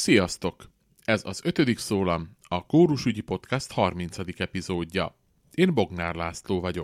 Sziasztok! Ez az 5. szólam, a Kórusügyi Podcast 30. epizódja. Én Bognár László vagyok.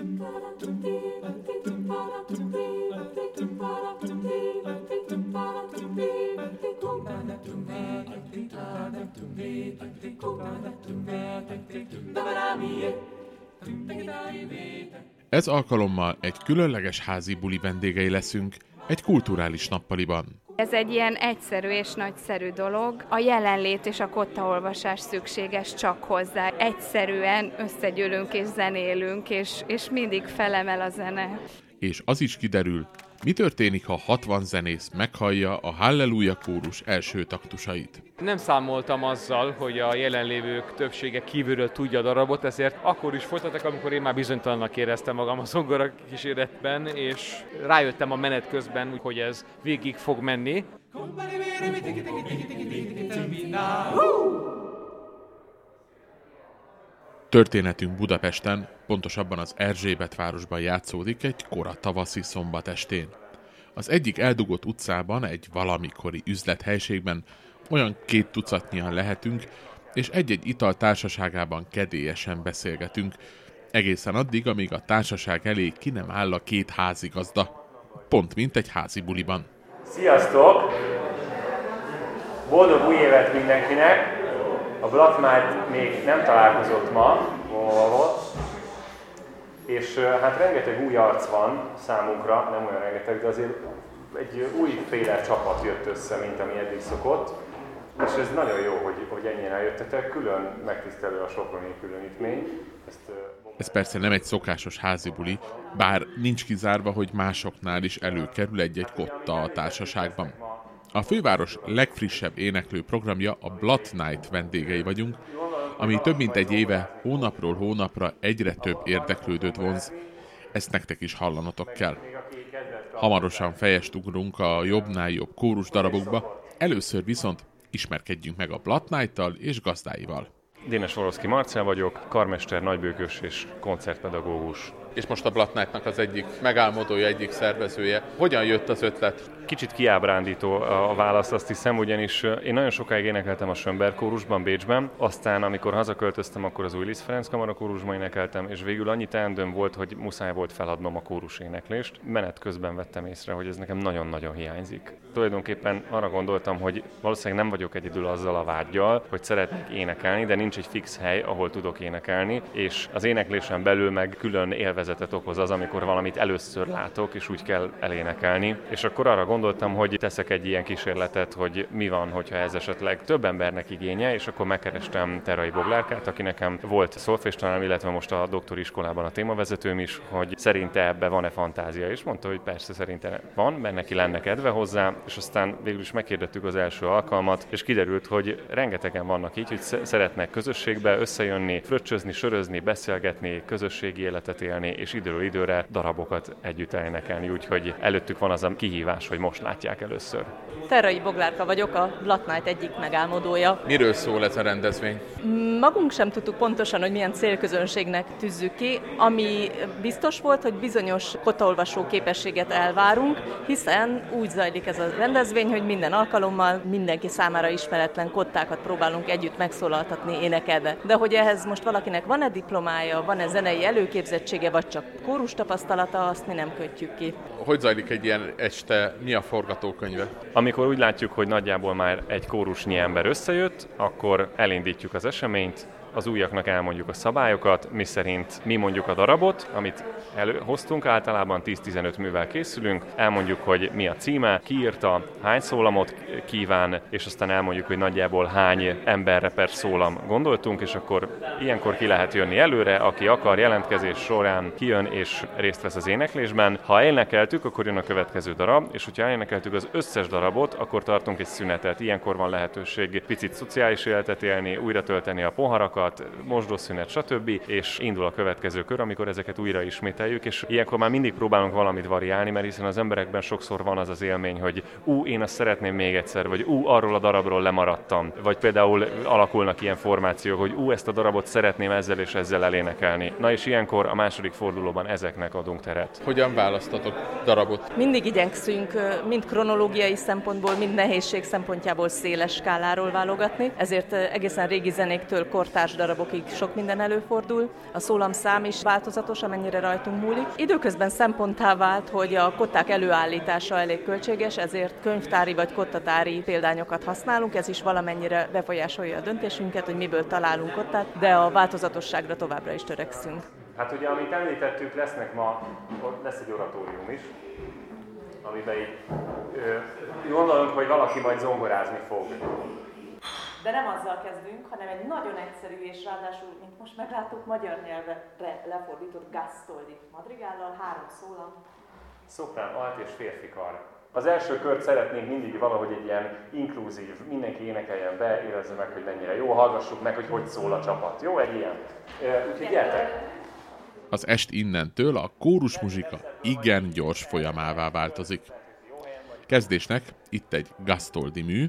Ez alkalommal egy különleges házi buli vendégei leszünk, egy kulturális nappaliban. Ez egy ilyen egyszerű és nagyszerű dolog. A jelenlét és a kottaolvasás szükséges csak hozzá. Egyszerűen összegyűlünk és zenélünk, és mindig felemel a zene. És az is kiderül, mi történik, ha 60 zenész meghallja a Halleluja kórus első taktusait. Nem számoltam azzal, hogy a jelenlévők többsége kívülről tudja a darabot, ezért akkor is folytattak, amikor én már bizonytalannak éreztem magam a zongora kíséretben, és rájöttem a menet közben, hogy ez végig fog menni. Történetünk Budapesten, pontosabban az Erzsébetvárosban játszódik egy kora tavaszi szombatestén. Az egyik eldugott utcában, egy valamikori üzlethelyiségben olyan 2 tucatnyian lehetünk, és egy-egy ital társaságában kedélyesen beszélgetünk, egészen addig, amíg a társaság elé ki nem áll a 2 házigazda, pont mint egy házi buliban. Sziasztok! Boldog új évet mindenkinek! A Black Knight még nem találkozott ma valahol, és hát rengeteg új arc van számunkra, nem olyan rengeteg, de azért egy újféle csapat jött össze, mint ami eddig szokott. És ez nagyon jó, hogy ennyien eljöttetek, külön megtisztelő a soproni különítmény. Ez persze nem egy szokásos házi buli, bár nincs kizárva, hogy másoknál is előkerül egy-egy kotta a társaságban. A főváros legfrissebb éneklő programja a Blood Night vendégei vagyunk, ami több mint egy éve hónapról hónapra egyre több érdeklődőt vonz. Ezt nektek is hallanotok kell. Hamarosan fejest ugrunk a jobbnál jobb kórus darabokba, először viszont ismerkedjünk meg a Blood Night-tal és gazdáival. Dénes Oroszki Marcell vagyok, karmester, nagybőkös és koncertpedagógus. És most a Blood Night-nak az egyik megálmodója, egyik szervezője. Hogyan jött az ötlet? Kicsit kiábrándító a válasz, azt hiszem, ugyanis én nagyon sokáig énekeltem a Schönberg kórusban, Bécsben, aztán amikor hazaköltöztem, akkor az Új Liszt Ferenc Kamara kórusban énekeltem, és végül annyi teendőm volt, hogy muszáj volt feladnom a kórus éneklést. Menet közben vettem észre, hogy ez nekem nagyon-nagyon hiányzik. Tulajdonképpen arra gondoltam, hogy valószínűleg nem vagyok egyedül azzal a vággyal, hogy szeretnék énekelni, de nincs egy fix hely, ahol tudok énekelni, és az éneklésen belül meg külön élvezetet okoz az, amikor valamit először látok, és úgy kell elénekelni. És akkor arra gondoltam, hogy teszek egy ilyen kísérletet, hogy mi van, hogyha ez esetleg több embernek igénye, és akkor megkerestem Terai Boglárkát, aki nekem volt szolféstanárom, illetve most a doktori iskolában a témavezetőm is, hogy szerinte ebbe van-e fantázia, és mondta, hogy persze szerinte van, mert neki lenne kedve hozzá, és aztán végül is megkérdettük az első alkalmat, és kiderült, hogy rengetegen vannak így, hogy szeretnek közösségbe összejönni, fröccsözni, sörözni, beszélgetni, közösségi életet élni, és időről időre darabokat együtt elénekelni, úgyhogy előttük van az a kihívás, hogy most látják először. Terai Boglárka vagyok, a Blood Night egyik megálmodója. Miről szól ez a rendezvény? Magunk sem tudtuk pontosan, hogy milyen célközönségnek tűzzük ki. Ami biztos volt, hogy bizonyos kottaolvasó képességet elvárunk, hiszen úgy zajlik ez a rendezvény, hogy minden alkalommal mindenki számára ismeretlen kottákat próbálunk együtt megszólaltatni énekelve. De hogy ehhez most valakinek van-e diplomája, van-e zenei előképzettsége, vagy csak kórus tapasztalata, azt mi nem kötjük ki. Hogy zajlik egy ilyen este, mi a forgatókönyve? Amikor úgy látjuk, hogy nagyjából már egy kórusnyi ember összejött, akkor elindítjuk az eseményt, az újaknak elmondjuk a szabályokat, miszerint mi mondjuk a darabot, amit előhoztunk, általában 10-15 művel készülünk, elmondjuk, hogy mi a címe, ki írta, hány szólamot kíván, és aztán elmondjuk, hogy nagyjából hány emberre per szólam gondoltunk, és akkor ilyenkor ki lehet jönni előre, aki akar, jelentkezés során kijön és részt vesz az éneklésben. Ha énekeltük, akkor jön a következő darab, és hogyha énekeltük az összes darabot, akkor tartunk egy szünetet. Ilyenkor van lehetőség picit szociális életet élni, újra tölteni a poharakat, darabokat, mosdószünet, stb. És indul a következő kör, amikor ezeket újra ismételjük, és ilyenkor már mindig próbálunk valamit variálni, mert hiszen az emberekben sokszor van az az élmény, hogy én azt szeretném még egyszer, vagy arról a darabról lemaradtam, vagy például alakulnak ilyen formációk, hogy ezt a darabot szeretném ezzel és ezzel elénekelni. Na és ilyenkor a második fordulóban ezeknek adunk teret. Hogyan választatok darabot? Mindig igyekszünk mind kronológiai szempontból, mind nehézség szempontjából széles skáláról válogatni, ezért egészen régi zenéktől kortárs darabokig sok minden előfordul. A szólamszám is változatos, amennyire rajtunk múlik. Időközben szemponttá vált, hogy a kották előállítása elég költséges, ezért könyvtári vagy kottatári példányokat használunk, ez is valamennyire befolyásolja a döntésünket, hogy miből találunk kottát, de a változatosságra továbbra is törekszünk. Hát ugye, amit említettük, lesz egy oratórium is, amiben így gondolunk, hogy valaki majd zongorázni fog. De nem azzal kezdünk, hanem egy nagyon egyszerű és ráadásul, mint most megláttuk, magyar nyelvre lefordított Gastoldi madrigállal, 3 szólam. Szoprán, alt és férfi kar. Az első kört szeretnénk mindig valahogy egy ilyen inkluzív, mindenki énekeljen be, érezze meg, hogy mennyire jó, hallgassuk meg, hogy szól a csapat. Jó, egy ilyen? Úgyhogy gyertek! Az est innentől a kórusmuzsika igen gyors folyamává változik. Kezdésnek itt egy Gastoldi mű,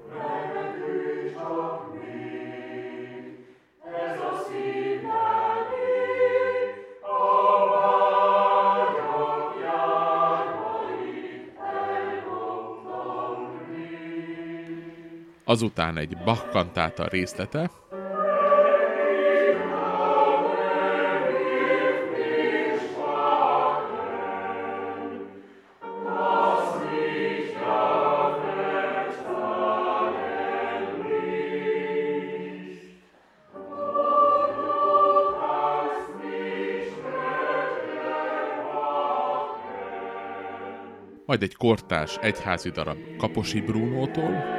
azután egy Bach kantáta részlete, majd egy kortárs egyházi darab Kaposi Brunótól,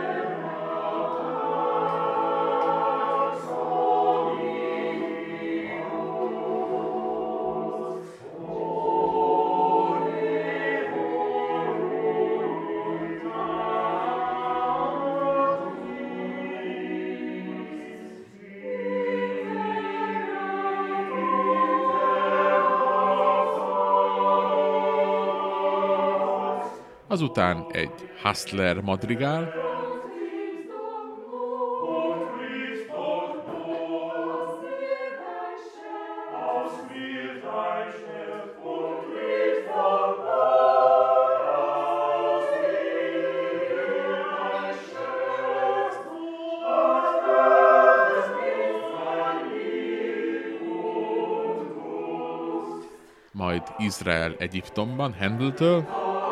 azután egy Hustler madrigál, majd Izrael Egyiptomban Handeltől,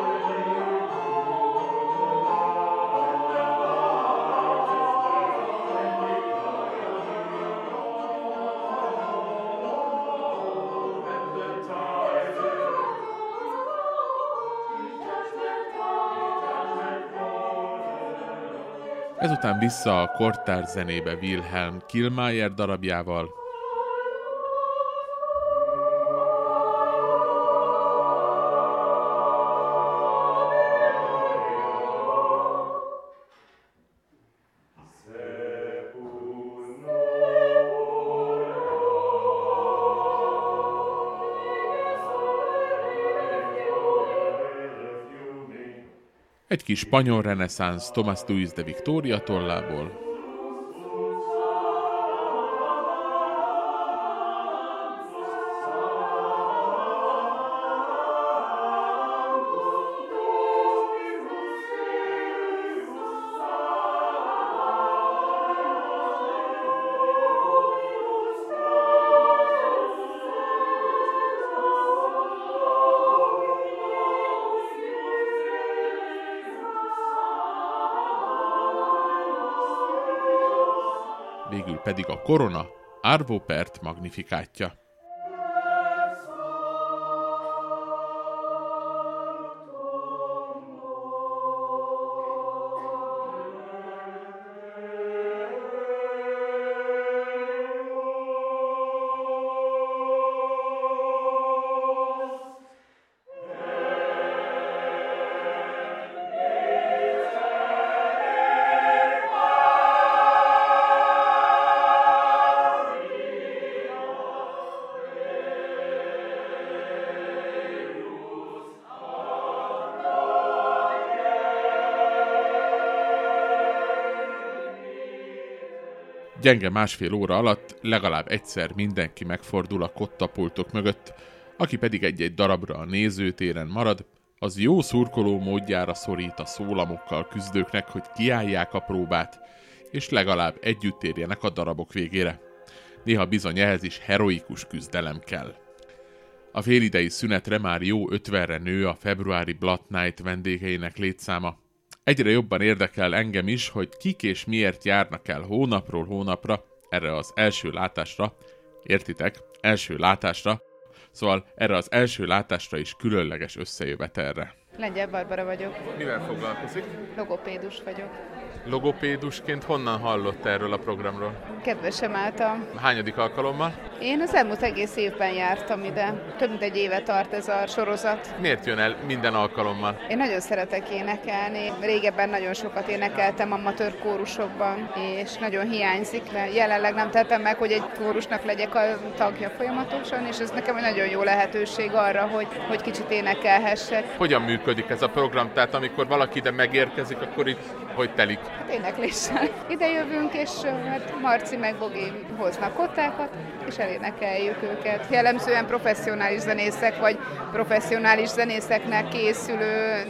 ezután vissza a kortárs zenébe Wilhelm Killmayer darabjával, egy kis spanyol reneszánsz Tomás Luis de Victoria tollából, végül pedig a Korona Arvo Pärt magnifikátja. Gyenge másfél óra alatt legalább egyszer mindenki megfordul a kottapultok mögött, aki pedig egy-egy darabra a nézőtéren marad, az jó szurkoló módjára szorít a szólamokkal küzdőknek, hogy kiállják a próbát, és legalább együtt érjenek a darabok végére. Néha bizony ehhez is heroikus küzdelem kell. A félidei szünetre már jó 50-re nő a februári Blood Night vendégeinek létszáma. Egyre jobban érdekel engem is, hogy kik és miért járnak el hónapról hónapra erre az első látásra, értitek, első látásra, szóval erre az első látásra is különleges összejövetelre. Lengyel Barbara vagyok. Mivel foglalkozik? Logopédus vagyok. Logopédusként honnan hallott erről a programról? Kedvesem által. Hányadik alkalommal? Én az elmúlt egész évben jártam ide. Több mint egy éve tart ez a sorozat. Miért jön el minden alkalommal? Én nagyon szeretek énekelni. Régebben nagyon sokat énekeltem amatőr kórusokban, és nagyon hiányzik. Jelenleg nem tettem meg, hogy egy kórusnak legyek a tagja folyamatosan, és ez nekem egy nagyon jó lehetőség arra, hogy kicsit énekelhessek. Hogyan működik ez a program? Tehát amikor valaki ide megérkezik, akkor itt hogy telik? Hát énekléssel. Ide jövünk, és hát Marci meg Bogi hoznak kottákat, és elénekeljük őket. Jellemzően professzionális zenészek, vagy professzionális zenészeknek készülő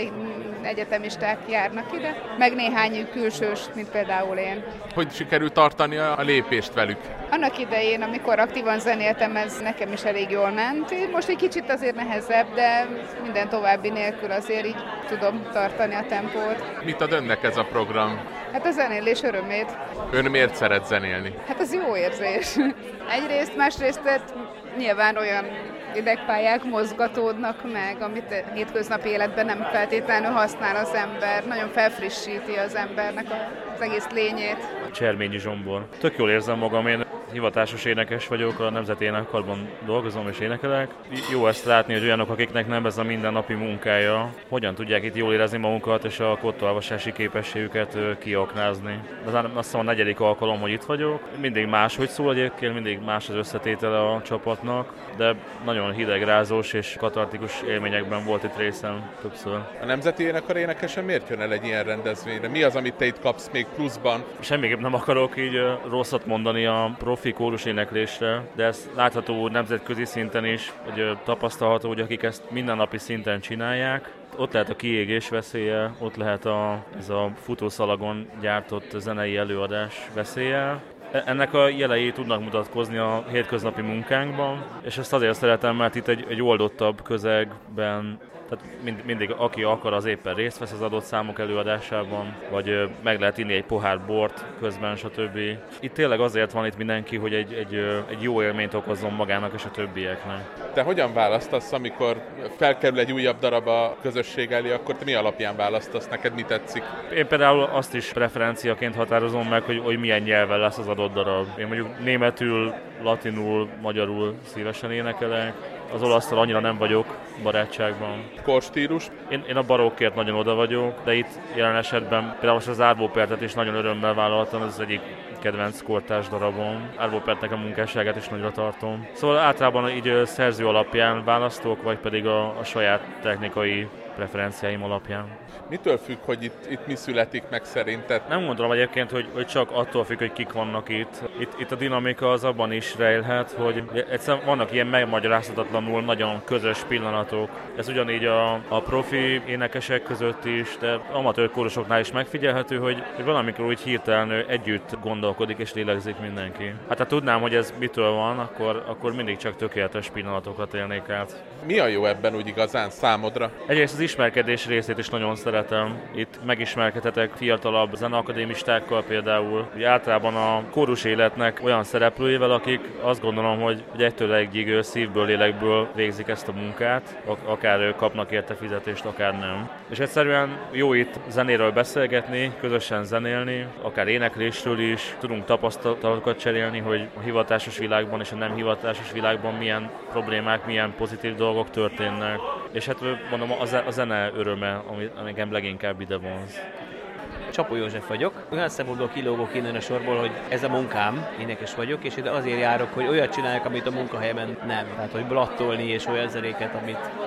egyetemisták járnak ide, meg néhány külsős, mint például én. Hogy sikerült tartani a lépést velük? Annak idején, amikor aktívan zenéltem, ez nekem is elég jól ment. Most egy kicsit azért nehezebb, de minden további nélkül azért így tudom tartani a tempót. Mit ad önnek ez a program? Hát a zenélés örömét. Ön miért szeret zenélni? Hát az jó érzés. Egyrészt, másrészt nyilván olyan idegpályák mozgatódnak meg, amit hétköznapi életben nem feltétlenül használ az ember. Nagyon felfrissíti az embernek az egész lényét. Cserményi Zsombor. Tök jól érzem magam, én hivatásos énekes vagyok, a Nemzeti Énekkarban dolgozom és énekelek. Jó ezt látni, hogy olyanok, akiknek nem ez a mindennapi munkája, hogyan tudják itt jól érezni magunkat és a kottaolvasási képességüket kiaknázni. De azt hiszem a 4. alkalom, hogy itt vagyok. Mindig máshogy szól egyébként, mindig más az összetétele a csapatnak, de nagyon hidegrázós és katartikus élményekben volt itt részem többször. A Nemzeti Énekkar énekese miért jön el egy ilyen rendezvényre? Mi az, amit te itt kapsz még pluszban? Semmiképp nem akarok így rosszat mondani a profi kórus éneklésre, de ez látható nemzetközi szinten is, hogy tapasztalható, hogy akik ezt mindennapi szinten csinálják, ott lehet a kiégés veszélye, ott lehet ez a futószalagon gyártott zenei előadás veszélye. Ennek a jelei tudnak mutatkozni a hétköznapi munkánkban, és ezt azért szeretem, mert itt egy oldottabb közegben, tehát mindig aki akar, az éppen részt vesz az adott számok előadásában, vagy meg lehet inni egy pohár bort közben, stb. Itt tényleg azért van itt mindenki, hogy egy jó élményt okozzon magának és a többieknek. Te hogyan választasz, amikor felkerül egy újabb darab a közösség elé, akkor te mi alapján választasz? Neked mi tetszik? Én például azt is preferenciaként határozom meg, hogy milyen nyelven lesz az adott darab. Én mondjuk németül, latinul, magyarul szívesen énekelek. Az olasztal annyira nem vagyok barátságban. Korstílus? Én a barokkért nagyon oda vagyok, de itt jelen esetben például most az Arvo Pärtet is nagyon örömmel vállaltam, ez az egyik kedvenc kortárs darabom. Arvo Pärtnek a munkásságát is nagyra tartom. Szóval általában így szerző alapján választok, vagy pedig a saját technikai preferenciáim alapján. Mitől függ, hogy itt mi születik meg szerinted? Nem gondolom egyébként, hogy csak attól függ, hogy kik vannak itt. Itt a dinamika az abban is rejlhet, hogy egyszerűen vannak ilyen megmagyarázhatatlanul nagyon közös pillanatok. Ez ugyanígy a profi énekesek között is, de amatőr kórusoknál is megfigyelhető, hogy valamikor úgy hirtelen együtt gondolkodik és lélegzik mindenki. Hát ha tudnám, hogy ez mitől van, akkor mindig csak tökéletes pillanatokat élnék át. Mi a jó ebben úgy igazán számodra? Egyrészt az ismerkedés részét is nagyon szeretem. Itt megismerkedhetek fiatalabb zeneakadémistákkal például. Ugye általában a kórus életnek olyan szereplőivel, akik azt gondolom, hogy egytől egyig szívből, lélekből végzik ezt a munkát, akár kapnak érte fizetést, akár nem. És egyszerűen jó itt zenéről beszélgetni, közösen zenélni, akár éneklésről is. Tudunk tapasztalatokat cserélni, hogy a hivatásos világban és a nem hivatásos világban milyen problémák, milyen pozitív dolgok történnek. És hát mondom, a zene öröme, ami engem leginkább ide vonz. Csapó József vagyok. Olyan szempontból kilógok innen a sorból, hogy ez a munkám, énekes vagyok, és ide azért járok, hogy olyat csináljak, amit a munkahelyemen nem. Tehát, hogy blattolni és olyan zenéket, amit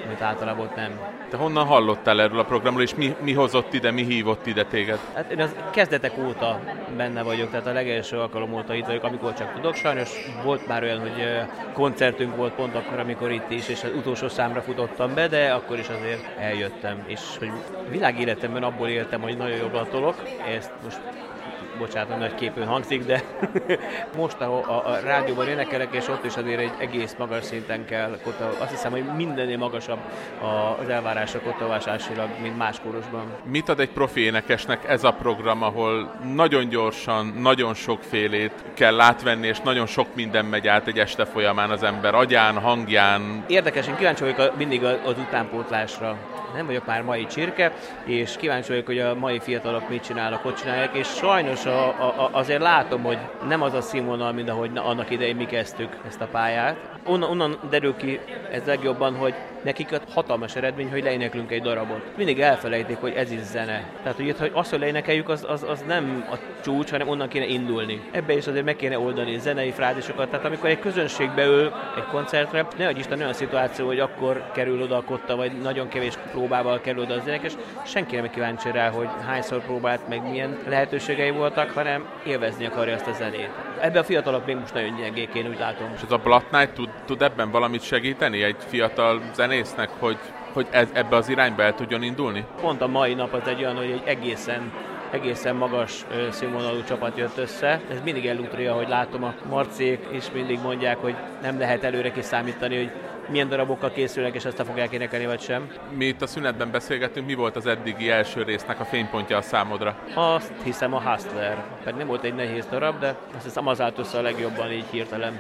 amit általában ott nem. Te honnan hallottál erről a programról, és mi hozott ide, mi hívott ide téged? Hát én az kezdetek óta benne vagyok, tehát a legelső alkalom óta itt vagyok, amikor csak tudok. Sajnos volt már olyan, hogy koncertünk volt pont akkor, amikor itt is, és az utolsó számra futottam be, de akkor is azért eljöttem. És hogy világéletemben abból éltem, hogy nagyon jól blattolok, ezt most bocsánat, nagy képűn hangzik, de most a rádióban énekelek, és ott is azért egy egész magas szinten kell, azt hiszem, hogy mindennél magasabb az elvárás a kottaolvasásilag, mint más kórusban. Mit ad egy profi énekesnek ez a program, ahol nagyon gyorsan, nagyon sokfélét kell átvenni, és nagyon sok minden megy át egy este folyamán az ember agyán, hangján? Érdekes, én kíváncsi vagyok mindig az utánpótlásra. Nem vagyok már mai csirke, és kíváncsi vagyok, hogy a mai fiatalok mit csinálnak, hogy csinálják, és sajnos azért látom, hogy nem az a színvonal, mint ahogy annak idején mi kezdtük ezt a pályát. Onnan derül ki ez legjobban, hogy nekik hatalmas eredmény, hogy leéneklünk egy darabot. Mindig elfelejtik, hogy ez is zene. Tehát, hogy azt, hogy leénekeljük, az nem a csúcs, hanem onnan kéne indulni. Ebbe is azért meg kéne oldani zenei frázisokat. Tehát amikor egy közönség beül egy koncertre, ne adj Isten olyan szituáció, hogy akkor kerül oda a kotta, vagy nagyon kevés próbával kerül oda az énekes. Senki nem kíváncsi rá, hogy hányszor próbált, meg milyen lehetőségei voltak, hanem élvezni akarja ezt a zenét. Ebben a fiatalok még most nagyon gyengék, én úgy látom. És ez a Blatt Night tud ebben valamit segíteni egy fiatal zenésznek, hogy ebbe az irányba el tudjon indulni? Pont a mai nap az egy olyan, hogy egy egészen magas színvonalú csapat jött össze. Ez mindig elútria, hogy látom, a Marcék is mindig mondják, hogy nem lehet előre kiszámítani, hogy milyen darabokkal készülnek, és ezt fogják énekelni, vagy sem. Mi itt a szünetben beszélgettünk, mi volt az eddigi első résznek a fénypontja a számodra? Azt hiszem a Hustler. Pedig nem volt egy nehéz darab, de azt hiszem az állt össze a legjobban így hirtelen.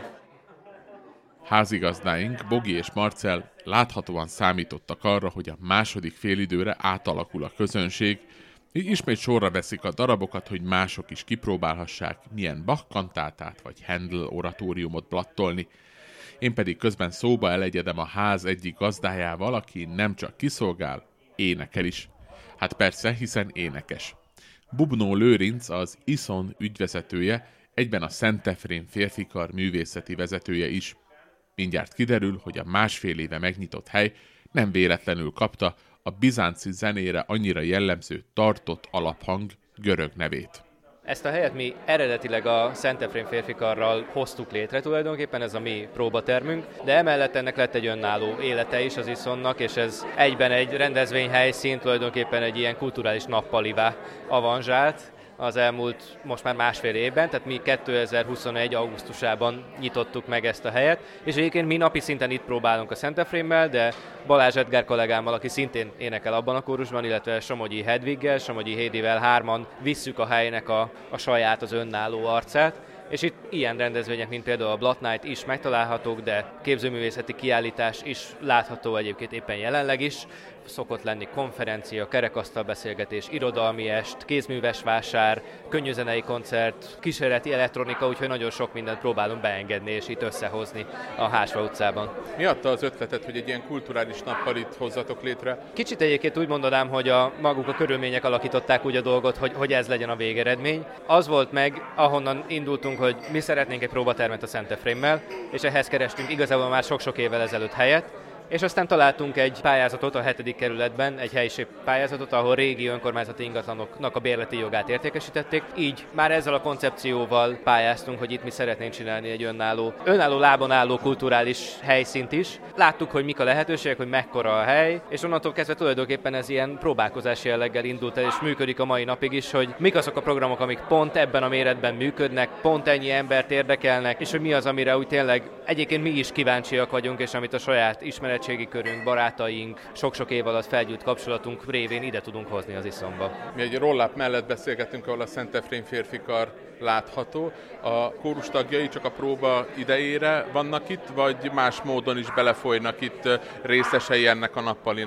Házigazdáink, Bogi és Marcell láthatóan számítottak arra, hogy a második félidőre átalakul a közönség, így ismét sorra veszik a darabokat, hogy mások is kipróbálhassák, milyen Bach kantátát vagy Handel oratóriumot blattolni. Én pedig közben szóba elegyedem a ház egyik gazdájával, aki nem csak kiszolgál, énekel is. Hát persze, hiszen énekes. Bubnó Lőrinc az ISON ügyvezetője, egyben a Szent Efrén férfikar művészeti vezetője is. Mindjárt kiderül, hogy a másfél éve megnyitott hely nem véletlenül kapta a bizánci zenére annyira jellemző tartott alaphang görög nevét. Ezt a helyet mi eredetileg a Szent Efrén férfikarral hoztuk létre, tulajdonképpen ez a mi próbatermünk, de emellett ennek lett egy önálló élete is az ISON-nak, és ez egyben egy rendezvényhelyszín, tulajdonképpen egy ilyen kulturális nappalivá avanzsált az elmúlt most már másfél évben, tehát mi 2021. augusztusában nyitottuk meg ezt a helyet, és egyébként mi napi szinten itt próbálunk a Szent Efrémmel, de Balázs Edgár kollégámmal, aki szintén énekel abban a kórusban, illetve Somogyi Hedviggel, Somogyi Hédivel hárman visszük a helynek a saját, az önálló arcát, és itt ilyen rendezvények, mint például a Blatt Night is megtalálhatók, de képzőművészeti kiállítás is látható egyébként éppen jelenleg is. Szokott lenni konferencia, kerekasztal beszélgetés, irodalmi est, kézműves vásár, könnyűzenei koncert, kísérleti elektronika, úgyhogy nagyon sok mindent próbálunk beengedni és itt összehozni a Hásva utcában. Mi adta az ötletet, hogy egy ilyen kulturális nappalit hozzatok létre? Kicsit egyébként úgy mondanám, hogy maguk a körülmények alakították úgy a dolgot, hogy ez legyen a végeredmény. Az volt meg, ahonnan indultunk, hogy mi szeretnénk egy próbatermet a Szent Efrémmel, és ehhez kerestünk igazából már sok-sok évvel ezelőtt helyet, és aztán találtunk egy pályázatot a 7. kerületben, egy helyiség pályázatot, ahol régi önkormányzati ingatlanoknak a bérleti jogát értékesítették. Így már ezzel a koncepcióval pályáztunk, hogy itt mi szeretnénk csinálni egy önálló lábon álló kulturális helyszínt is. Láttuk, hogy mik a lehetőségek, hogy mekkora a hely, és onnantól kezdve tulajdonképpen ez ilyen próbálkozási jelleggel indult el, és működik a mai napig is, hogy mik azok a programok, amik pont ebben a méretben működnek, pont ennyi embert érdekelnek, és hogy mi az, amire úgy tényleg egyébként mi is kíváncsiak vagyunk, és amit a saját ismeretségi körünk, barátaink, sok-sok év alatt felgyűlt kapcsolatunk révén ide tudunk hozni az ISON-ba. Mi egy roll-up mellett beszélgetünk, ahol a Szent Efrén férfikar látható. A kórus tagjai csak a próba idejére vannak itt, vagy más módon is belefolynak itt részesei ennek a nappalinak?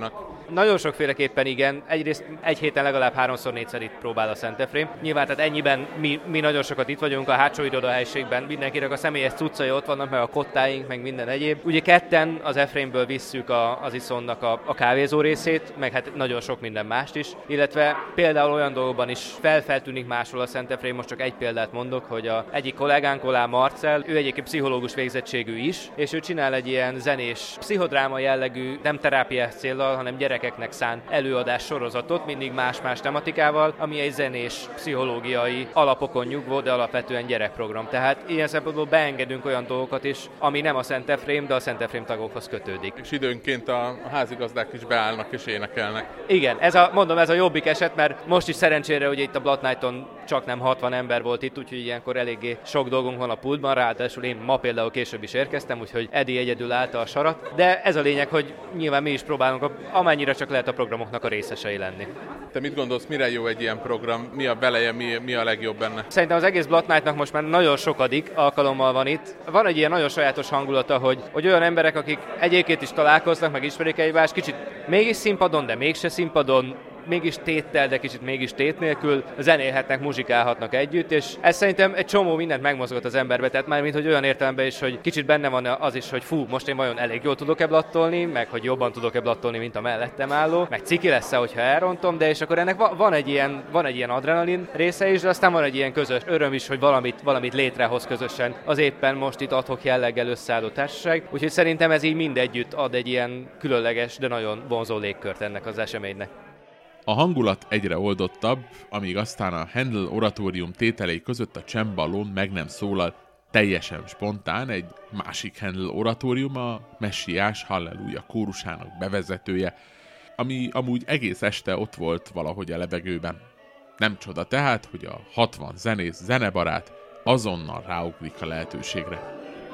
Nagyon sokféleképpen igen. Egyrészt egy héten legalább 3-4-szer itt próbál a Szent Efrém. Nyilván tehát ennyiben mi nagyon sokat itt vagyunk, a hátsó irodahelyiségben mindenkinek a személyes cuccai ott vannak, meg a kottáink, meg minden egyéb. Ugye ketten az Efrémből visszük az iszonnak a kávézó részét, meg hát nagyon sok minden mást is, illetve például olyan dolgokban is feltűnik máshol a Szent Efrém, most csak egy példát mondok, hogy a egyik kollégánk, Olá Marcell, ő egyébként pszichológus végzettségű is, és ő csinál egy ilyen zenés, pszichodráma jellegű, nem terápiás céllal, hanem gyerekeknek szánt előadás sorozatot, mindig más-más tematikával, ami egy zenés, pszichológiai alapokon nyugvó, de alapvetően gyerekprogram. Tehát ilyen szempontból beengedünk olyan dolgokat is, ami nem a Szent Efrém, de a Szent Efrém tagokhoz kötődik. És időnként a házigazdák is beállnak és énekelnek. Igen, ez a jobbik eset, mert most is szerencsére ugye itt a Blood Night-on csak nem 60 ember volt itt, úgyhogy ilyenkor eléggé sok dolgunk van a pultban, ráadásul én ma például később is érkeztem, úgyhogy Edi egyedül állta a sarat. De ez a lényeg, hogy nyilván mi is próbálunk amennyire csak lehet a programoknak a részesei lenni. Te mit gondolsz, mire jó egy ilyen program? Mi a beleje, mi a legjobb benne? Szerintem az egész Blood Night-nak most már nagyon sokadik alkalommal van itt. Van egy ilyen nagyon sajátos hangulata, hogy olyan emberek, akik egyébként is találkoznak, meg ismerik egymást, kicsit mégis színpadon, de mégse színpadon, mégis téttel, de kicsit mégis tét nélkül zenélhetnek, muzsikálhatnak együtt, és ez szerintem egy csomó mindent megmozgat az emberbe, tehát már mint hogy olyan értelemben is, hogy kicsit benne van az is, hogy fú, most én vajon elég jól tudok-e blattolni, meg hogy jobban tudok-e blattolni, mint a mellettem álló, meg ciki lesz-e, hogyha elrontom, de és akkor ennek van egy ilyen adrenalin része is, de aztán van egy ilyen közös öröm is, hogy valamit létrehoz közösen az éppen most itt ad-hoc jelleggel összeálló társaság, úgyhogy szerintem ez így mindegyütt ad egy ilyen különleges, de nagyon vonzó légkört ennek az eseménynek. A hangulat egyre oldottabb, amíg aztán a Handel oratórium tételei között a cemballón meg nem szólal teljesen spontán egy másik Handel oratórium, a Messiás Halleluja kórusának bevezetője, ami amúgy egész este ott volt valahogy a levegőben. Nem csoda tehát, hogy a 60 zenész zenebarát azonnal ráugrik a lehetőségre.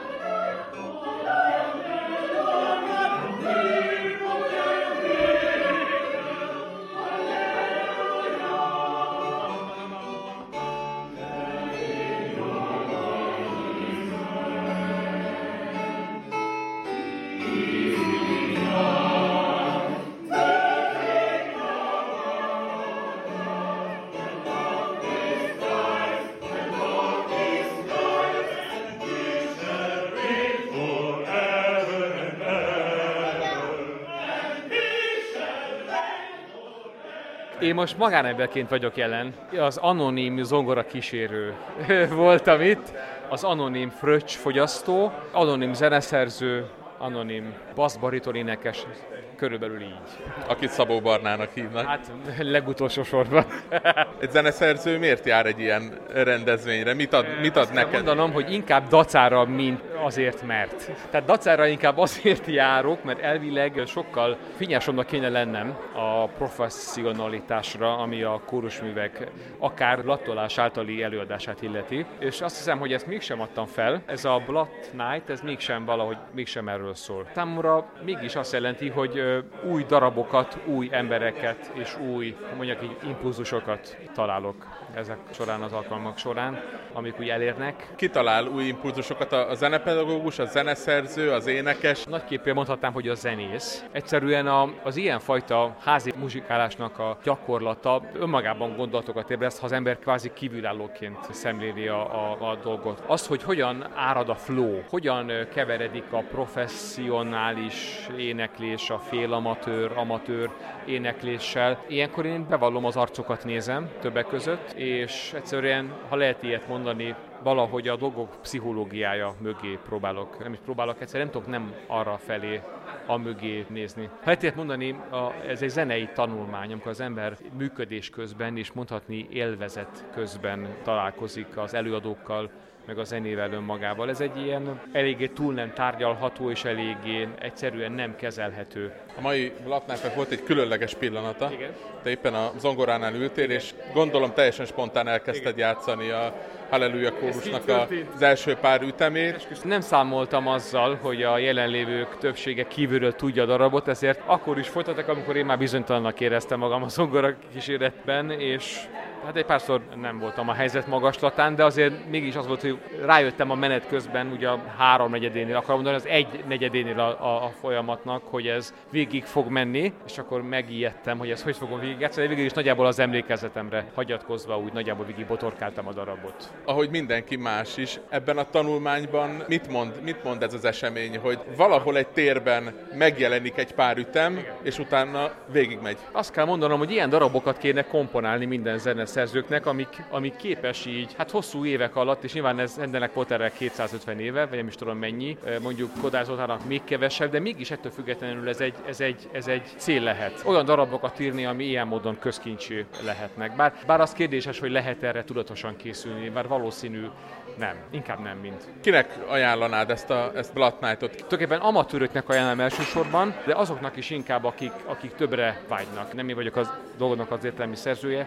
Én most magánemberként vagyok jelen. Az anonim zongora kísérő voltam itt, az anonim fröccsfogyasztó, anonim zeneszerző, anonim basszbariton énekes, körülbelül így. Akit Szabó Barnának hívnak. Hát legutolsó sorban. Egy zeneszerző miért jár egy ilyen rendezvényre? Mit ad neked? Mondanom, hogy inkább dacára, mint azért mert. Tehát dacára inkább azért járok, mert elvileg sokkal finnyásabbnak kéne lennem a professzionalitásra, ami a kórusművek akár blattolás általi előadását illeti. És azt hiszem, hogy ezt mégsem adtam fel. Ez a Blood Night, ez mégsem erről szól. Számomra mégis azt jelenti, hogy új darabokat, új embereket és új, mondjuk így, impulzusokat találok ezek során, az alkalmak során, amik úgy elérnek. Ki talál új impulzusokat? A zenepedagógus, a zeneszerző, az énekes? Nagyképpen mondhatnám, hogy a zenész. Egyszerűen az ilyenfajta házi muzsikálásnak a gyakorlata önmagában gondolatokat ébreszt, ha az ember kvázi kívülállóként szemléli a dolgot. Az, hogy hogyan árad a flow, hogyan keveredik a professzionális éneklés a amatőr énekléssel. Ilyenkor én bevallom, az arcokat nézem többek között, és egyszerűen, ha lehet ilyet mondani, valahogy a dolgok pszichológiája mögé próbálok. Nem is próbálok, egyszerűen nem tudok nem arra felé a mögé nézni. Ha lehet ilyet mondani, ez egy zenei tanulmány, amikor az ember működés közben és mondhatni élvezet közben találkozik az előadókkal, meg a zenével önmagával. Ez egy ilyen eléggé túl nem tárgyalható és eléggé egyszerűen nem kezelhető. A mai Blood Night-nak volt egy különleges pillanata. Igen. Te éppen a zongoránál ültél, és gondolom teljesen spontán elkezdted játszani a Halleluja kórusnak az első pár ütemét. Nem számoltam azzal, hogy a jelenlévők többsége kívülről tudja a darabot, ezért akkor is folytattak, amikor én már bizonytalannak éreztem magam a zongora kíséretben, és Hát egy párszor nem voltam a helyzet magaslatán, de azért mégis az volt, hogy rájöttem a menet közben, ugye a 3/4-énél akarom mondani, az 1/4-énél a folyamatnak, hogy ez végig fog menni, és akkor megijedtem, hogy ezt hogy fogom végigjátszani, de végül is nagyjából az emlékezetemre hagyatkozva úgy nagyjából végig botorkáltam a darabot. Ahogy mindenki más is, ebben a tanulmányban mit mond ez az esemény, hogy valahol egy térben megjelenik egy pár ütem, és utána végigmegy? Azt kell mondanom, hogy ilyen darabokat kéne komponálni minden zeneszerzőknek, amik képes így, hát hosszú évek alatt, és nyilván ennek volt erre 250 éve, vagy nem is tudom mennyi, mondjuk Kodály Zoltánnak még kevesebb, de mégis ettől függetlenül ez egy cél lehet. Olyan darabokat írni, ami ilyen módon közkincsű lehetnek. Bár az kérdéses, hogy lehet erre tudatosan készülni, bár valószínű nem, inkább nem, mint. Kinek ajánlanád ezt Blood Night-ot? Tulajdonképpen amatőröknek ajánlom elsősorban, de azoknak is inkább, akik többre vágynak. Nem én vagyok az dolognak az értelmi szerzője.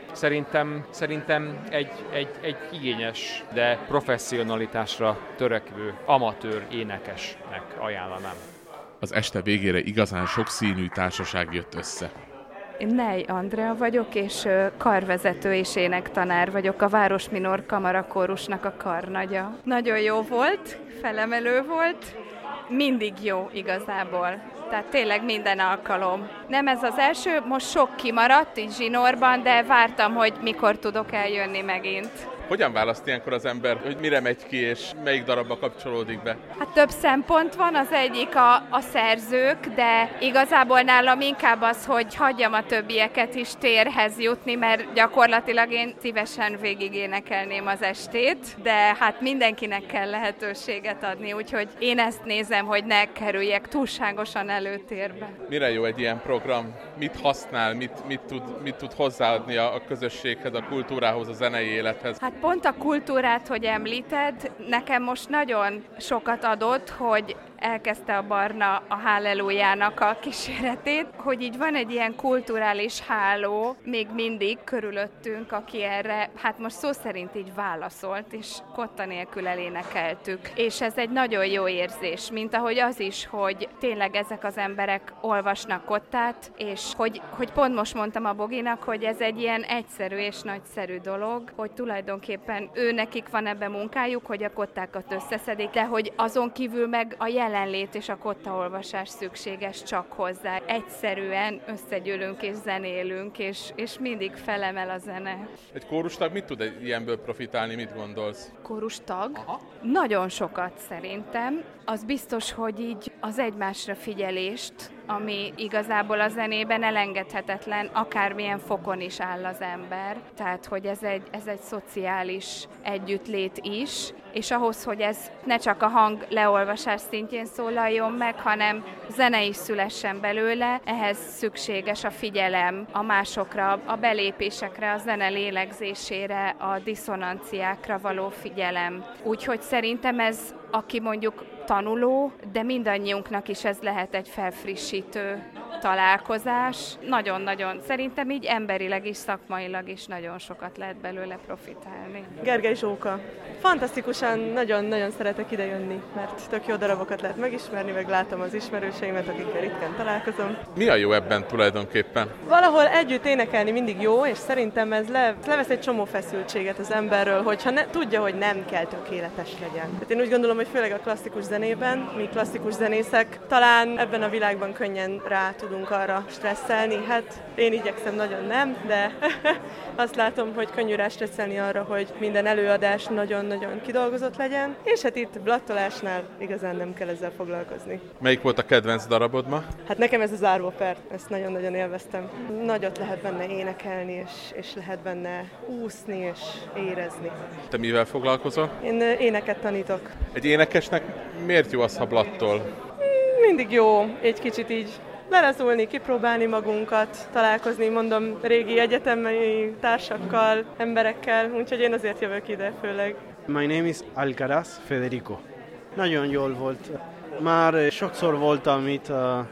Szerintem egy igényes, de professzionalitásra törekvő amatőr énekesnek ajánlanám. Az este végére igazán sokszínű társaság jött össze. Én Ney Andrea vagyok, és karvezető és énektanár vagyok, a Városminor Kamarakórusnak a karnagya. Nagyon jó volt, felemelő volt, mindig jó igazából. Tehát tényleg minden alkalom. Nem ez az első, most sok kimaradt így zsinórban, de vártam, hogy mikor tudok eljönni megint. Hogyan választ ilyenkor az ember, hogy mire megy ki, és melyik darabba kapcsolódik be? Hát több szempont van, az egyik a szerzők, de igazából nálam inkább az, hogy hagyjam a többieket is térhez jutni, mert gyakorlatilag én szívesen végigénekelném az estét, de hát mindenkinek kell lehetőséget adni, úgyhogy én ezt nézem, hogy ne kerüljek túlságosan előtérbe. Mire jó egy ilyen program? Mit használ, mit tud hozzáadni a közösséghez, a kultúrához, a zenei élethez? Hát pont a kultúrát, hogy említed, nekem most nagyon sokat adott, hogy elkezdte a Barna a Hallelujjának a kíséretét, hogy így van egy ilyen kulturális háló még mindig körülöttünk, aki erre, hát most szó szerint így válaszolt, és kotta nélkül elénekeltük. És ez egy nagyon jó érzés, mint ahogy az is, hogy tényleg ezek az emberek olvasnak kottát, és hogy pont most mondtam a Boginak, hogy ez egy ilyen egyszerű és nagyszerű dolog, hogy tulajdonképpen nekik van ebben munkájuk, hogy a kottákat összeszedik, de hogy azon kívül meg a jelenlét és a kottaolvasás szükséges csak hozzá. Egyszerűen összegyűlünk és zenélünk, és mindig felemel a zene. Egy kórustag mit tud ilyenből profitálni, mit gondolsz? Kórustag? Aha. Nagyon sokat szerintem. Az biztos, hogy így az egymásra figyelést, ami igazából a zenében elengedhetetlen, akármilyen fokon is áll az ember. Tehát, hogy ez egy szociális együttlét is, és ahhoz, hogy ez ne csak a hang leolvasás szintjén szólaljon meg, hanem zene is szülessen belőle, ehhez szükséges a figyelem a másokra, a belépésekre, a zene lélegzésére, a diszonanciákra való figyelem. Úgyhogy szerintem ez, aki mondjuk tanuló, de mindannyiunknak is ez lehet egy felfrissítő találkozás. Nagyon-nagyon, szerintem így emberileg is, szakmailag is nagyon sokat lehet belőle profitálni. Gergely Zsóka. Fantasztikusan, nagyon-nagyon szeretek idejönni, mert tök jó darabokat lehet megismerni, meg látom az ismerőseimet, akikkel ritkán találkozom. Mi a jó ebben tulajdonképpen? Valahol együtt énekelni mindig jó, és szerintem ez levesz egy csomó feszültséget az emberről, hogyha tudja, hogy nem kell tökéletes legyen. Tehát én úgy gondolom, hogy főleg a klasszikus zenében, mi klasszikus zenészek talán ebben a világban könnyen rá tudunk arra stresszelni. Hát én igyekszem nagyon nem, de azt látom, hogy könnyű rá stresszelni arra, hogy minden előadás nagyon-nagyon kidolgozott legyen, és hát itt blattolásnál igazán nem kell ezzel foglalkozni. Melyik volt a kedvenc darabod ma? Hát nekem ez az Árvaper, ezt nagyon-nagyon élveztem. Nagyot lehet benne énekelni, és lehet benne úszni és érezni. Te mivel foglalkozol? Én éneket tanítok. Egy énekesnek miért jó az, ha blattol? Mindig jó egy kicsit így lelazulni, kipróbálni magunkat, találkozni, mondom, régi egyetemi társakkal, emberekkel, úgyhogy én azért jövök ide főleg. My name is Alcaraz Federico. Nagyon jól volt. Már sokszor voltam itt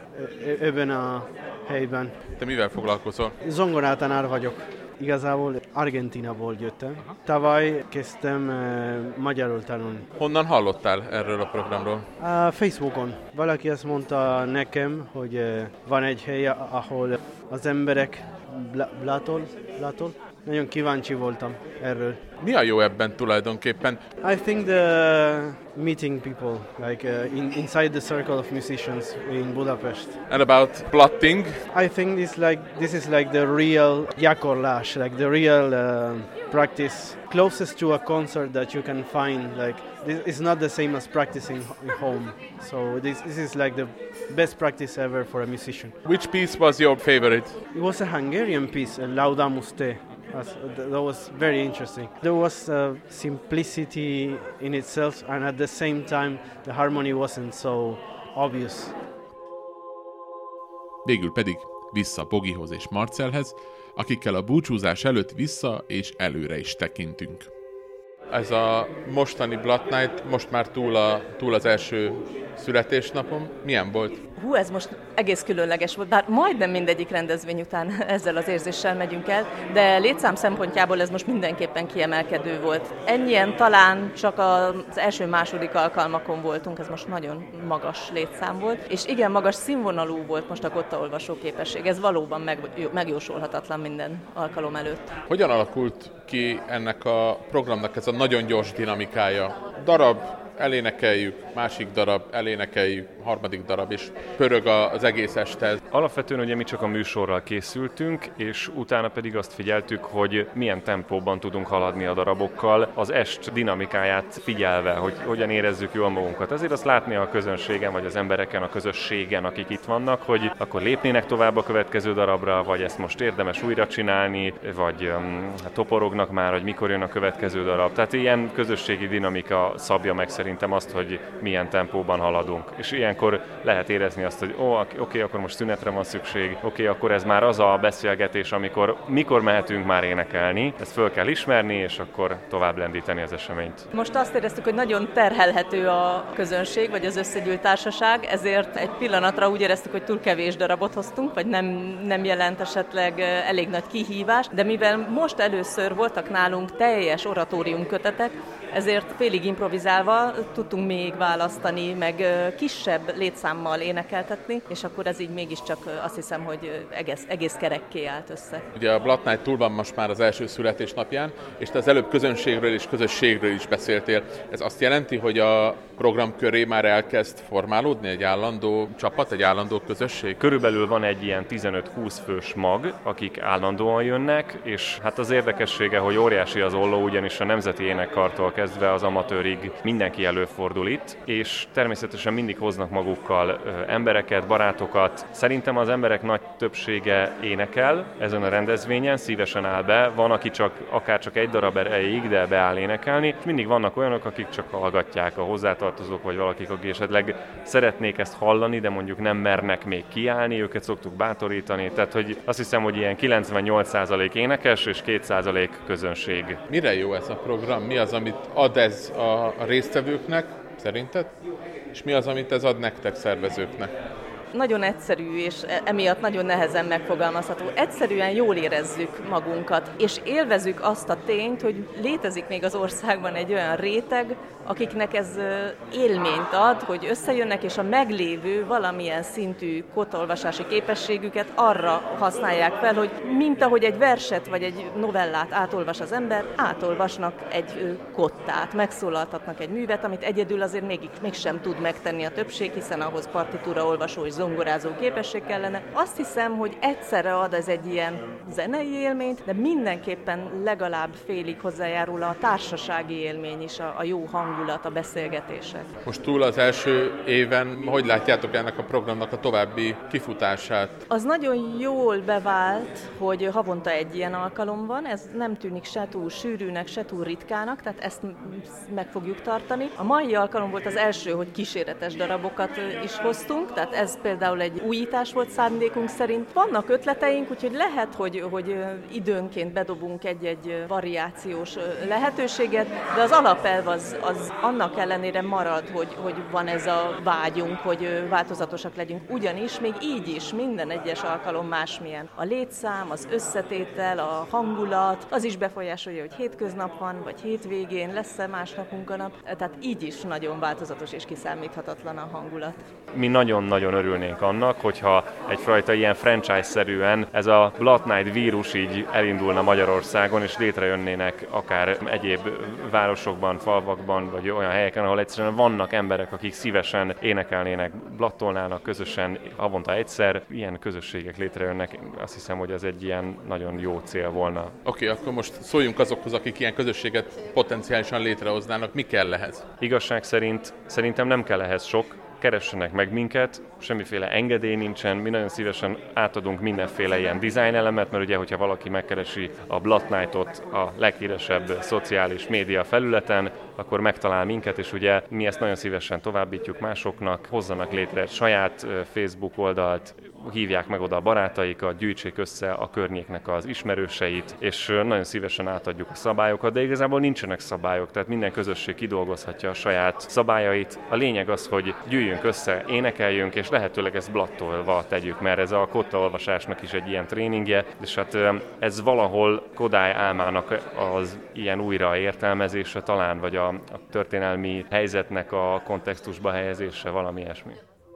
ebben a helyben. Te mivel foglalkozol? Zongorátanár vagyok. Igazából Argentínából jöttem. Tavaly kezdtem magyarul tanulni. Honnan hallottál erről a programról? A Facebookon. Valaki azt mondta nekem, hogy van egy hely, ahol az emberek blatol. nagyon kíváncsi voltam erről. Mi a jó ebben tulajdonképpen? I think the meeting people, like inside the circle of musicians in Budapest. And about plotting? I think this is like the real gyakorlás, like the real practice, closest to a concert that you can find. Like it's not the same as practicing at home. So this is like the best practice ever for a musician. Which piece was your favorite? It was a Hungarian piece, Laudamus Te. That was very interesting. There was simplicity in itself, and at the same time the harmony wasn't so obvious. Végül pedig vissza Bogihoz és Marcelhez, akikkel a búcsúzás előtt vissza és előre is tekintünk. Ez a mostani Blood Night most már túl az első születésnapom. Milyen volt? Hú, ez most egész különleges volt, bár majdnem mindegyik rendezvény után ezzel az érzéssel megyünk el, de létszám szempontjából ez most mindenképpen kiemelkedő volt. Ennyien talán csak az első-második alkalmakon voltunk, ez most nagyon magas létszám volt, és igen magas színvonalú volt most a kottaolvasó képesség, ez valóban megjósolhatatlan minden alkalom előtt. Hogyan alakult ki ennek a programnak ez a nagyon gyors dinamikája? Darab, elénekeljük, másik darab, elénekeljük, harmadik darab, és pörög az egész este. Alapvetően ugye mi csak a műsorral készültünk, és utána pedig azt figyeltük, hogy milyen tempóban tudunk haladni a darabokkal, az est dinamikáját figyelve, hogy hogyan érezzük jól magunkat. Ezért azt látni a közönségen, vagy az embereken, a közösségen, akik itt vannak, hogy akkor lépnének tovább a következő darabra, vagy ezt most érdemes újra csinálni, vagy toporognak már, hogy mikor jön a következő darab. Tehát ilyen közösségi dinamika szabja meg szerintem azt, hogy milyen tempóban haladunk. És ilyenkor lehet érezni azt, hogy oké, akkor most szünetre van szükség, akkor ez már az a beszélgetés, mikor mehetünk már énekelni, ezt föl kell ismerni, és akkor tovább lendíteni az eseményt. Most azt éreztük, hogy nagyon terhelhető a közönség, vagy az összegyűlt társaság, ezért egy pillanatra úgy éreztük, hogy túl kevés darabot hoztunk, vagy nem jelent esetleg elég nagy kihívás, de mivel most először voltak nálunk teljes oratórium kötetek, ezért félig improvizálva tudtunk még választani, meg kisebb létszámmal énekeltetni, és akkor ez így mégiscsak azt hiszem, hogy egész kerekké állt össze. Ugye a Blood Night túl van most már az első születésnapján, és te az előbb közönségről és közösségről is beszéltél. Ez azt jelenti, hogy a program köré már elkezd formálódni egy állandó csapat, egy állandó közösség? Körülbelül van egy ilyen 15-20 fős mag, akik állandóan jönnek, és hát az érdekessége, hogy óriási az olló, ugyanis a Nemzeti Énekkartól kezdve az amatőrig mindenki előfordul itt, és természetesen mindig hoznak magukkal embereket, barátokat. Szerintem az emberek nagy többsége énekel ezen a rendezvényen, szívesen áll be. Van, aki akár csak egy darab erejéig, de beáll énekelni. Mindig vannak olyanok, akik csak hallgatják, a hozzátartozók, vagy valakik, akik esetleg szeretnék ezt hallani, de mondjuk nem mernek még kiállni, őket szoktuk bátorítani. Tehát, hogy azt hiszem, hogy ilyen 98% énekes és 2% közönség. Mire jó ez a program? Mi az, amit ad ez a résztvevőknek, szerinted? És mi az, amit ez ad nektek, szervezőknek? Nagyon egyszerű, és emiatt nagyon nehezen megfogalmazható. Egyszerűen jól érezzük magunkat, és élvezzük azt a tényt, hogy létezik még az országban egy olyan réteg, akiknek ez élményt ad, hogy összejönnek, és a meglévő valamilyen szintű kottaolvasási képességüket arra használják fel, hogy mint ahogy egy verset vagy egy novellát átolvas az ember, átolvasnak egy kottát, megszólaltatnak egy művet, amit egyedül azért mégsem tud megtenni a többség, hiszen ahhoz partitúraolvasó és zongorázó képesség kellene. Azt hiszem, hogy egyszerre ad ez egy ilyen zenei élményt, de mindenképpen legalább félig hozzájárul a társasági élmény is, a jó hangulat, a beszélgetések. Most túl az első éven, hogy látjátok ennek a programnak a további kifutását? Az nagyon jól bevált, hogy havonta egy ilyen alkalom van, ez nem tűnik se túl sűrűnek, se túl ritkának, tehát ezt meg fogjuk tartani. A mai alkalom volt az első, hogy kíséretes darabokat is hoztunk, tehát ez például egy újítás volt szándékunk szerint. Vannak ötleteink, úgyhogy lehet, hogy időnként bedobunk egy variációs lehetőséget, de az alapelv az annak ellenére marad, hogy van ez a vágyunk, hogy változatosak legyünk. Ugyanis még így is minden egyes alkalom másmilyen. A létszám, az összetétel, a hangulat, az is befolyásolja, hogy hétköznap van, vagy hétvégén lesz-e másnap munkanap. Tehát így is nagyon változatos és kiszámíthatatlan a hangulat. Mi nagyon-nagyon örülünk örülnénk annak, hogyha egyfajta ilyen franchise-szerűen ez a Blood Night vírus így elindulna Magyarországon, és létrejönnének akár egyéb városokban, falvakban, vagy olyan helyeken, ahol egyszerűen vannak emberek, akik szívesen énekelnének, blattolnának közösen havonta egyszer. Ilyen közösségek létrejönnek, azt hiszem, hogy ez egy ilyen nagyon jó cél volna. Oké, akkor most szóljunk azokhoz, akik ilyen közösséget potenciálisan létrehoznának. Mi kell ehhez? Igazság szerint szerintem nem kell ehhez sok. Keressenek meg minket, semmiféle engedély nincsen, mi nagyon szívesen átadunk mindenféle ilyen design elemet, mert ugye, hogyha valaki megkeresi a Blood Night-ot a leghíresebb szociális média felületen, akkor megtalál minket, és ugye mi ezt nagyon szívesen továbbítjuk másoknak, hozzanak létre saját Facebook oldalt, hívják meg oda a barátaikat, gyűjtsék össze a környéknek az ismerőseit, és nagyon szívesen átadjuk a szabályokat, de igazából nincsenek szabályok, tehát minden közösség kidolgozhatja a saját szabályait. A lényeg az, hogy gyűjjünk össze, énekeljünk, és lehetőleg ezt blattolva tegyük, mert ez a kottaolvasásnak is egy ilyen tréningje, és hát ez valahol Kodály álmának az ilyen újraértelmezése talán, vagy a történelmi helyzetnek a kontextusba helyezése, valami ilyesmi.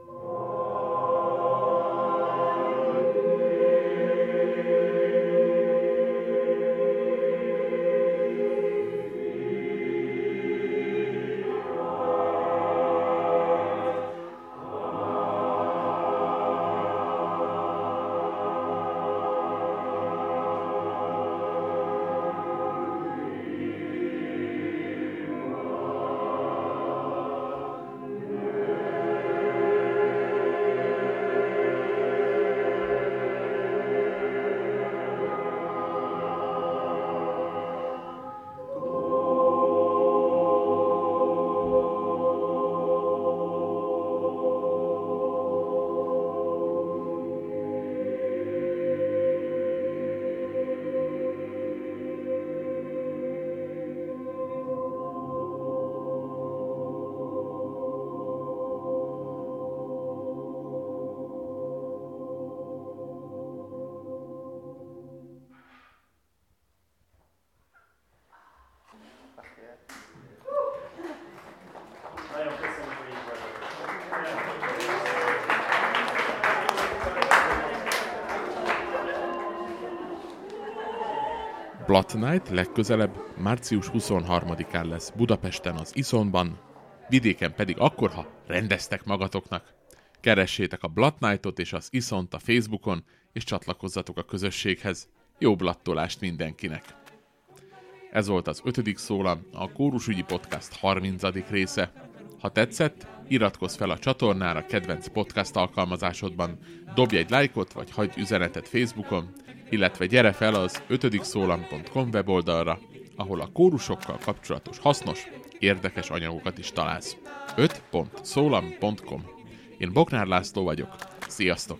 Blood Night legközelebb március 23-án lesz Budapesten az Iszonban, vidéken pedig akkor, ha rendeztek magatoknak. Keressétek a Blood Night-ot és az Iszont a Facebookon, és csatlakozzatok a közösséghez. Jó blattolást mindenkinek! Ez volt az 5. szólam, a Kórusügyi Podcast 30. része. Ha tetszett, iratkozz fel a csatornára kedvenc podcast alkalmazásodban, dobj egy lájkot vagy hagyj üzenetet Facebookon, illetve gyere fel az 5. weboldalra, ahol a kórusokkal kapcsolatos hasznos, érdekes anyagokat is találsz. 5.szólam.com. Én Bognár László vagyok. Sziasztok!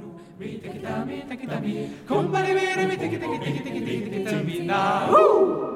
Woo!